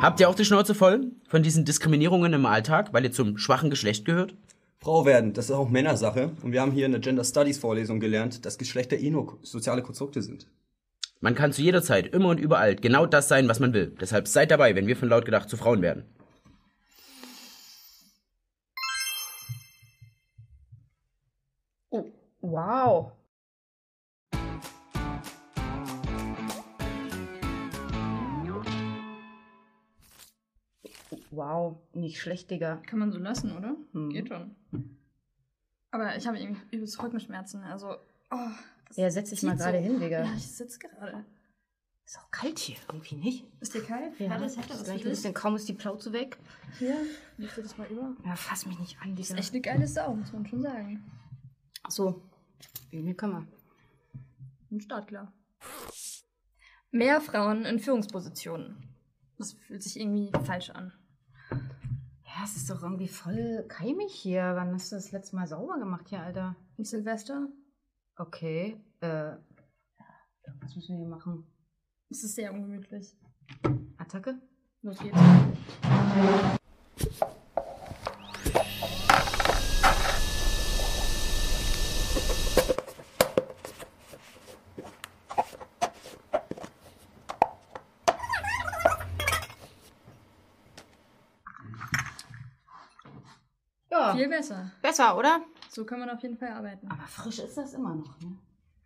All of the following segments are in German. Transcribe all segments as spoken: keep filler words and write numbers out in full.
Habt ihr auch die Schnauze voll von diesen Diskriminierungen im Alltag, weil ihr zum schwachen Geschlecht gehört? Frau werden, das ist auch Männersache. Und wir haben hier in der Gender Studies Vorlesung gelernt, dass Geschlechter eh nur soziale Konstrukte sind. Man kann zu jeder Zeit, immer und überall, genau das sein, was man will. Deshalb seid dabei, wenn wir von laut gedacht zu Frauen werden. Oh, wow. Wow, nicht schlecht, Digga. Kann man so lassen, oder? Hm. Geht schon. Aber ich habe irgendwie übelst Rückenschmerzen, also... Oh, Ja, setz dich mal zieht gerade so. hin, Digga. Ja, ich sitze gerade. Ist auch kalt hier, irgendwie nicht? Ist dir kalt? Ja, das hätte ist was gleich für ein dich. bisschen, kaum ist die Plauze weg. Hier, liegt dir das mal über. Ja, fass mich nicht an, Das ist Digga. echt eine geile Sau, muss man schon sagen. Ach so, mir kann man. Im Start, klar. Mehr Frauen in Führungspositionen. Das fühlt sich irgendwie falsch an. Ja, es ist doch irgendwie voll keimig hier. Wann hast du das letzte Mal sauber gemacht hier, Alter? Und Silvester? Okay, äh, was müssen wir hier machen? Es ist sehr ungemütlich. Attacke? Los geht's. Ja, Viel besser. besser, oder? So kann man auf jeden Fall arbeiten. Aber frisch ist das immer noch, ne?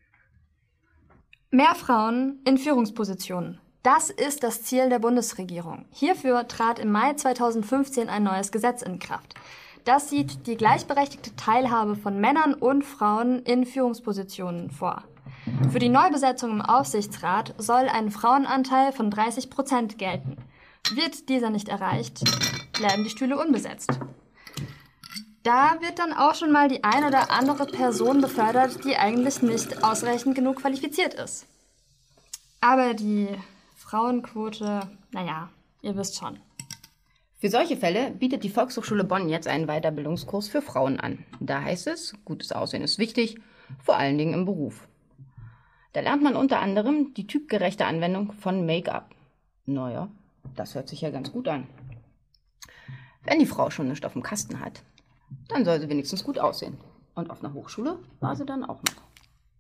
Mehr Frauen in Führungspositionen. Das ist das Ziel der Bundesregierung. Hierfür trat im Mai zweitausendfünfzehn ein neues Gesetz in Kraft. Das sieht die gleichberechtigte Teilhabe von Männern und Frauen in Führungspositionen vor. Für die Neubesetzung im Aufsichtsrat soll ein Frauenanteil von dreißig Prozent gelten. Wird dieser nicht erreicht, bleiben die Stühle unbesetzt. Da wird dann auch schon mal die ein oder andere Person befördert, die eigentlich nicht ausreichend genug qualifiziert ist. Aber die Frauenquote, naja, ihr wisst schon. Für solche Fälle bietet die Volkshochschule Bonn jetzt einen Weiterbildungskurs für Frauen an. Da heißt es, gutes Aussehen ist wichtig, vor allen Dingen im Beruf. Da lernt man unter anderem die typgerechte Anwendung von Make-up. Naja, das hört sich ja ganz gut an. Wenn die Frau schon nichts auf dem Kasten hat, dann soll sie wenigstens gut aussehen. Und auf einer Hochschule war sie dann auch noch.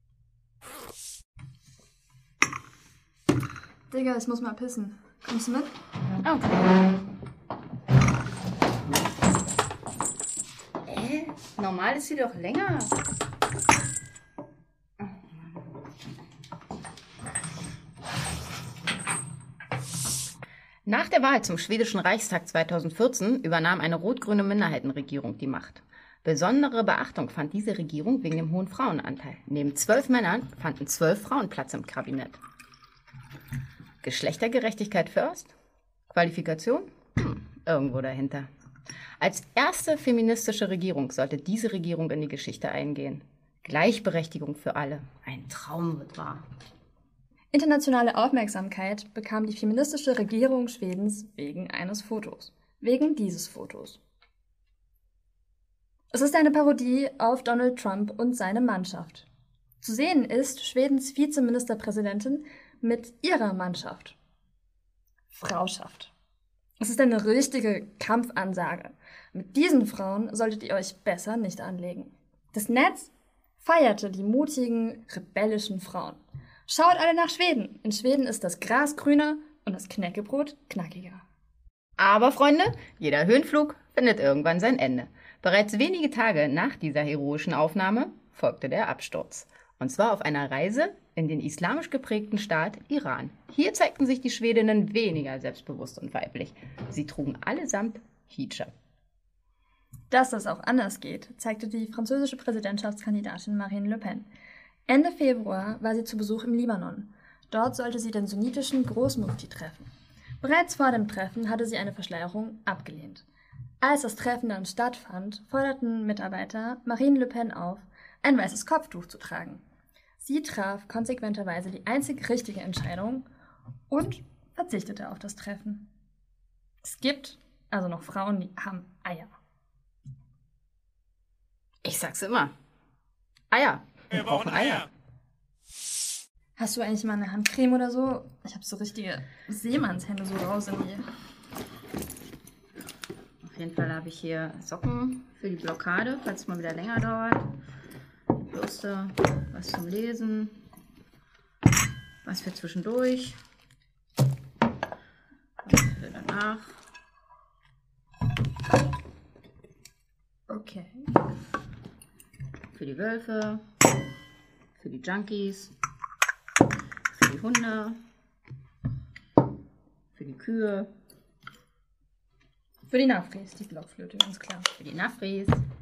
Digga, ich muss mal pissen. Kommst du mit? Okay. Äh, normal ist sie doch länger. Nach der Wahl zum schwedischen Reichstag zweitausendvierzehn übernahm eine rot-grüne Minderheitenregierung die Macht. Besondere Beachtung fand diese Regierung wegen dem hohen Frauenanteil. Neben zwölf Männern fanden zwölf Frauen Platz im Kabinett. Geschlechtergerechtigkeit first? Qualifikation? Hm, irgendwo dahinter. Als erste feministische Regierung sollte diese Regierung in die Geschichte eingehen. Gleichberechtigung für alle. Ein Traum wird wahr. Internationale Aufmerksamkeit bekam die feministische Regierung Schwedens wegen eines Fotos. Wegen dieses Fotos. Es ist eine Parodie auf Donald Trump und seine Mannschaft. Zu sehen ist Schwedens Vizeministerpräsidentin mit ihrer Mannschaft. Frauschaft. Es ist eine richtige Kampfansage. Mit diesen Frauen solltet ihr euch besser nicht anlegen. Das Netz feierte die mutigen, rebellischen Frauen. Schaut alle nach Schweden. In Schweden ist das Gras grüner und das Knäckebrot knackiger. Aber, Freunde, jeder Höhenflug findet irgendwann sein Ende. Bereits wenige Tage nach dieser heroischen Aufnahme folgte der Absturz. Und zwar auf einer Reise in den islamisch geprägten Staat Iran. Hier zeigten sich die Schwedinnen weniger selbstbewusst und weiblich. Sie trugen allesamt Hijab. Dass das auch anders geht, zeigte die französische Präsidentschaftskandidatin Marine Le Pen. Ende Februar war sie zu Besuch im Libanon. Dort sollte sie den sunnitischen Großmufti treffen. Bereits vor dem Treffen hatte sie eine Verschleierung abgelehnt. Als das Treffen dann stattfand, forderten Mitarbeiter Marine Le Pen auf, ein weißes Kopftuch zu tragen. Sie traf konsequenterweise die einzig richtige Entscheidung und verzichtete auf das Treffen. Es gibt also noch Frauen, die haben Eier. Ich sag's immer. Eier. Wir brauchen Eier. Hast du eigentlich mal eine Handcreme oder so? Ich habe so richtige Seemannshände so raus in die Auf jeden Fall habe ich hier Socken für die Blockade, falls es mal wieder länger dauert. Bürste, was zum Lesen, was für zwischendurch, was für danach. Okay. Für die Wölfe, für die Junkies, für die Hunde, für die Kühe, Für die Nafris, die Blockflöte, ganz klar. für die Nafris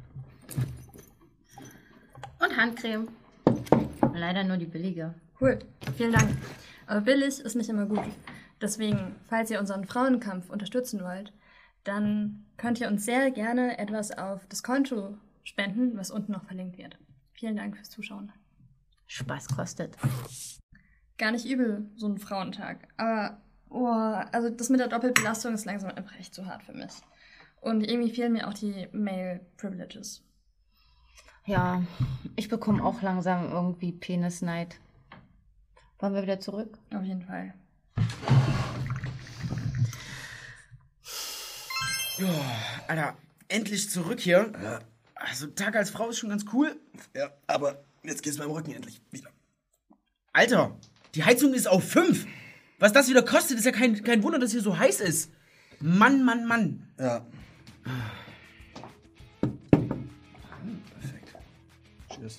und Handcreme. Leider nur die billige. Cool, vielen Dank. Aber billig ist nicht immer gut. Deswegen, falls ihr unseren Frauenkampf unterstützen wollt, dann könnt ihr uns sehr gerne etwas auf das Konto spenden, was unten noch verlinkt wird. Vielen Dank fürs Zuschauen. Spaß kostet. Gar nicht übel, so ein Frauentag. Aber, oh, also das mit der Doppelbelastung ist langsam einfach echt zu hart für mich. Und irgendwie fehlen mir auch die Male Privileges. Ja, ich bekomme auch langsam irgendwie Penisneid. Wollen wir wieder zurück? Auf jeden Fall. Jo, Alter, endlich zurück hier. Ja. Also, Tag als Frau ist schon ganz cool. Ja, aber jetzt geht's meinem Rücken endlich wieder. Alter, die Heizung ist auf fünf. Was das wieder kostet, ist ja kein, kein Wunder, dass hier so heiß ist. Mann, Mann, Mann. Ja. Perfekt. Cheers.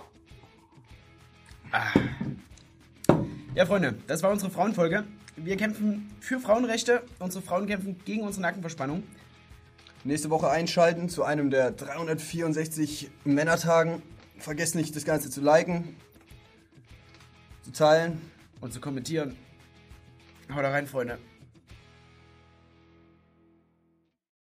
Ja, Freunde, das war unsere Frauenfolge. Wir kämpfen für Frauenrechte. Unsere Frauen kämpfen gegen unsere Nackenverspannung. Nächste Woche einschalten zu einem der dreihundertvierundsechzig Männertagen. Vergesst nicht, das Ganze zu liken, zu teilen. Und zu kommentieren. Haut da rein, Freunde.